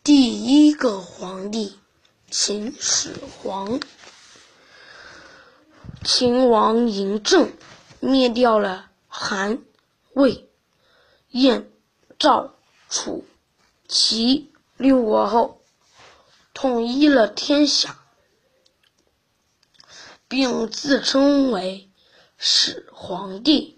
第一个皇帝秦始皇。秦王嬴政灭掉了韩、魏、燕、赵、楚、齐六国后，统一了天下，并自称为始皇帝。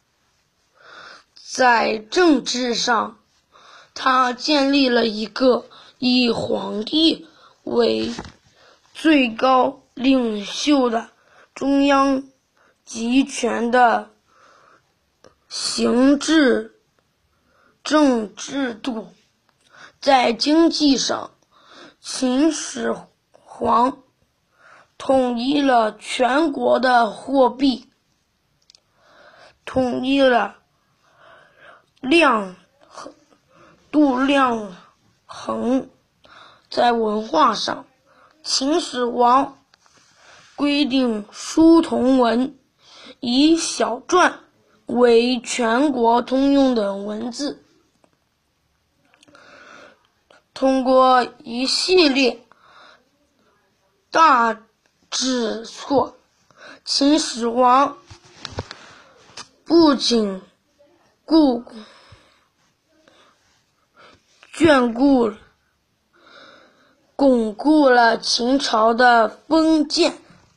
在政治上，他建立了一个以皇帝为最高领袖的中央集权的行政制度。在经济上，秦始皇统一了全国的货币，统一了度量衡。在文化上，秦始皇规定书同文，以小篆为全国通用的文字。通过一系列大制措，秦始皇不仅巩固了秦朝的封建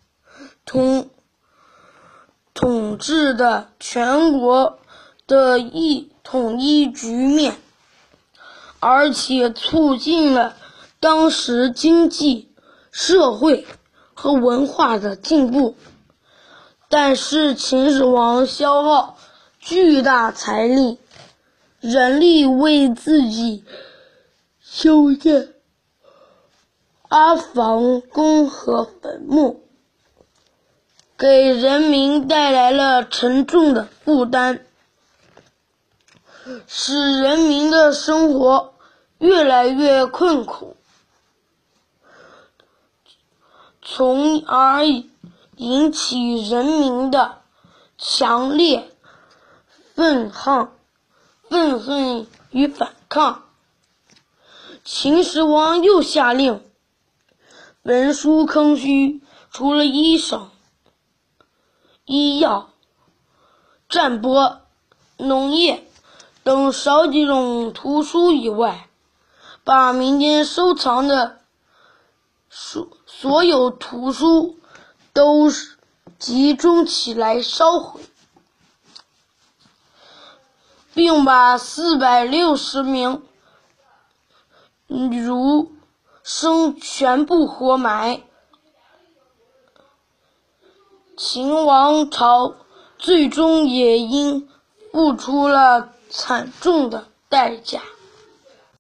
统治的全国的统一局面，而且促进了当时经济、社会和文化的进步。但是秦始皇消耗巨大财力、人力为自己修建阿房宫和坟墓，给人民带来了沉重的负担，使人民的生活越来越困苦，从而引起人民的强烈愤恨与反抗。秦始皇又下令文书坑区除了医生、医药、占卜、农业等少几种图书以外，把民间收藏的所有图书都集中起来烧毁，并把460名儒生全部活埋。秦王朝最终也因付出了惨重的代价。